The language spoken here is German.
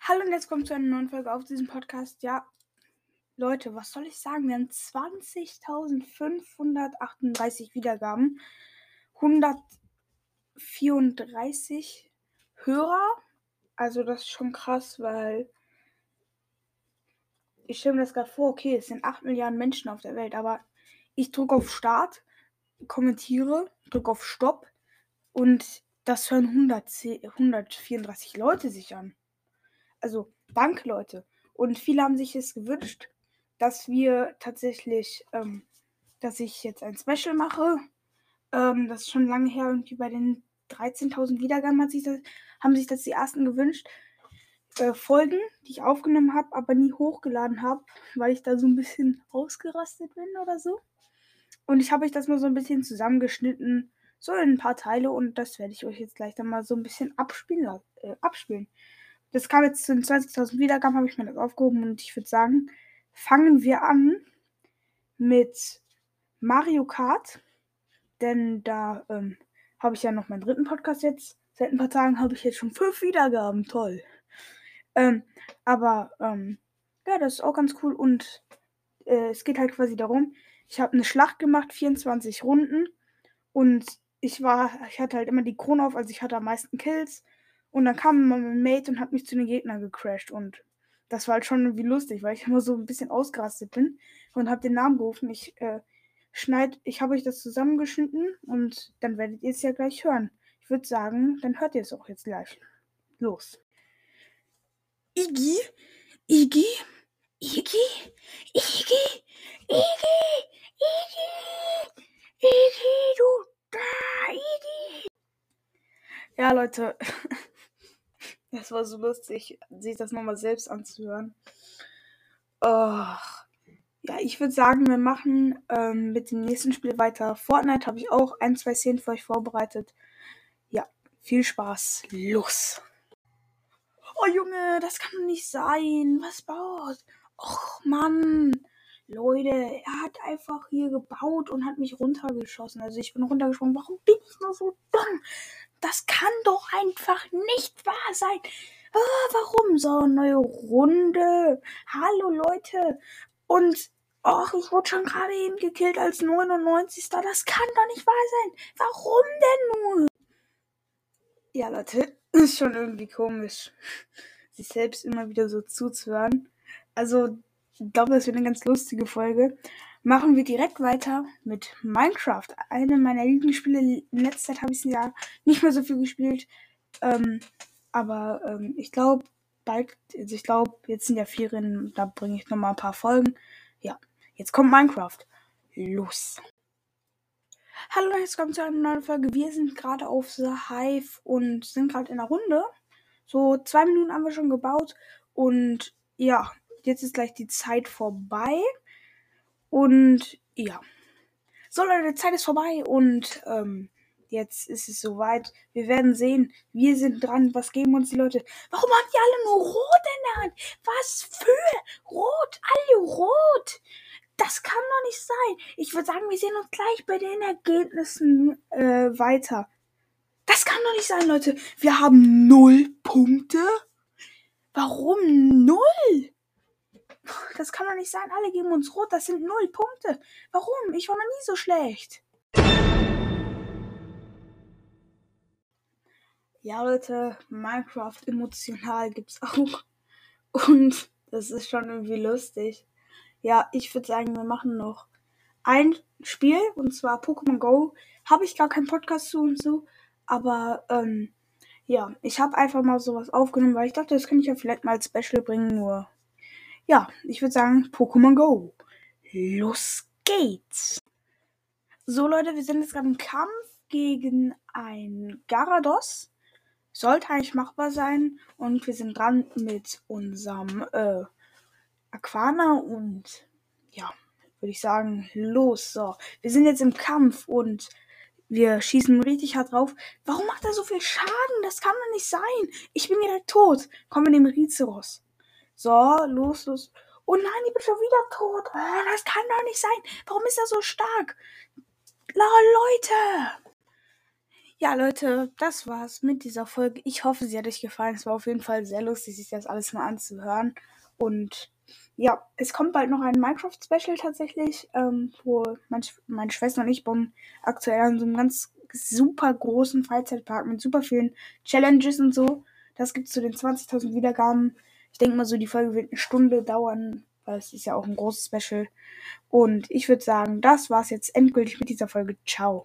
Hallo und jetzt kommt zu einer neuen Folge auf diesem Podcast. Ja, Leute, was soll ich sagen? Wir haben 20.538 Wiedergaben, 134 Hörer. Also das ist schon krass, weil ich stelle mir das gerade vor, okay, es sind 8 Milliarden Menschen auf der Welt, aber ich drücke auf Start, kommentiere, drücke auf Stopp und das hören 134 Leute sich an. Also, danke, Leute. Und viele haben sich es gewünscht, dass wir tatsächlich, dass ich jetzt ein Special mache. Das ist schon lange her, irgendwie bei den 13.000 Wiedergaben haben sich das die ersten gewünscht. Folgen, die ich aufgenommen habe, aber nie hochgeladen habe, weil ich da so ein bisschen ausgerastet bin oder so. Und ich habe euch das mal so ein bisschen zusammengeschnitten, so in ein paar Teile, und das werde ich euch jetzt gleich dann mal so ein bisschen abspielen. Das kam jetzt zu den 20.000 Wiedergaben, habe ich mir das aufgehoben, und ich würde sagen, fangen wir an mit Mario Kart, denn da habe ich ja noch meinen dritten Podcast jetzt. Seit ein paar Tagen habe ich jetzt schon 5 Wiedergaben, toll. Aber ja, das ist auch ganz cool, und es geht halt quasi darum, ich habe eine Schlacht gemacht, 24 Runden, und ich hatte halt immer die Krone auf, also ich hatte am meisten Kills. Und dann kam mein Mate und hat mich zu den Gegnern gecrashed. Und das war halt schon irgendwie lustig, weil ich immer so ein bisschen ausgerastet bin und habe den Namen gerufen. Ich habe euch das zusammengeschnitten und dann werdet ihr es ja gleich hören. Ich würde sagen, dann hört ihr es auch jetzt gleich. Los. Iggy, Iggy, Iggy, Iggy, Iggy, Iggy, Iggy, du da, Iggy. Ja, Leute, es war so lustig, sich das nochmal selbst anzuhören. Oh, ja, ich würde sagen, wir machen mit dem nächsten Spiel weiter. Fortnite habe ich auch 1, 2 Szenen für euch vorbereitet. Ja, viel Spaß. Los. Oh Junge, das kann doch nicht sein. Was baut? Och Mann. Leute, er hat einfach hier gebaut und hat mich runtergeschossen. Also ich bin runtergesprungen. Warum bin ich nur so dumm? Das kann doch einfach nicht wahr sein. Warum? So, neue Runde. Hallo Leute. Und och, ich wurde schon gerade eben gekillt als 99. Das kann doch nicht wahr sein. Warum denn nur? Ja, Leute, ist schon irgendwie komisch, sich selbst immer wieder so zuzuhören. Also, ich glaube, das wird eine ganz lustige Folge. Machen wir direkt weiter mit Minecraft. Eine meiner Lieblingsspiele. In letzter Zeit habe ich es ja nicht mehr so viel gespielt. Aber ich glaube, jetzt sind ja Ferien, da bringe ich nochmal ein paar Folgen. Ja, jetzt kommt Minecraft. Los. Hallo, jetzt kommt zu einer neuen Folge. Wir sind gerade auf The Hive und sind gerade in der Runde. So 2 Minuten haben wir schon gebaut. Und ja, jetzt ist gleich die Zeit vorbei. Und ja. So Leute, die Zeit ist vorbei und jetzt ist es soweit. Wir werden sehen, wir sind dran. Was geben uns die Leute? Warum haben die alle nur Rot in der Hand? Was für Rot? Alle rot. Das kann doch nicht sein. Ich würde sagen, wir sehen uns gleich bei den Ergebnissen weiter. Das kann doch nicht sein, Leute. Wir haben 0 Punkte. Warum 0? Das kann doch nicht sein. Alle geben uns rot. Das sind 0 Punkte. Warum? Ich war noch nie so schlecht. Ja, Leute, Minecraft emotional gibt's auch. Und das ist schon irgendwie lustig. Ja, ich würde sagen, wir machen noch ein Spiel, und zwar Pokémon Go. Habe ich gar keinen Podcast zu und so. Aber, ja, ich habe einfach mal sowas aufgenommen, weil ich dachte, das könnte ich ja vielleicht mal als Special bringen. Nur, ja, ich würde sagen, Pokémon Go. Los geht's. So, Leute, wir sind jetzt gerade im Kampf gegen ein Gyarados. Sollte eigentlich machbar sein. Und wir sind dran mit unserem Aquana. Und ja, würde ich sagen, los. So, wir sind jetzt im Kampf und wir schießen richtig hart drauf. Warum macht er so viel Schaden? Das kann doch nicht sein. Ich bin direkt tot. Komm, wir nehmen Rizeros. So, los. Oh nein, ich bin schon wieder tot. Oh, das kann doch nicht sein. Warum ist er so stark? Leute. Ja, Leute, das war's mit dieser Folge. Ich hoffe, sie hat euch gefallen. Es war auf jeden Fall sehr lustig, sich das alles mal anzuhören. Und ja, es kommt bald noch ein Minecraft-Special tatsächlich, wo meine Schwester und ich bauen aktuell an so einem ganz super großen Freizeitpark mit super vielen Challenges und so. Das gibt's zu den 20.000 Wiedergaben. Ich denke mal so, die Folge wird eine Stunde dauern, weil es ist ja auch ein großes Special. Und ich würde sagen, das war's jetzt endgültig mit dieser Folge. Ciao.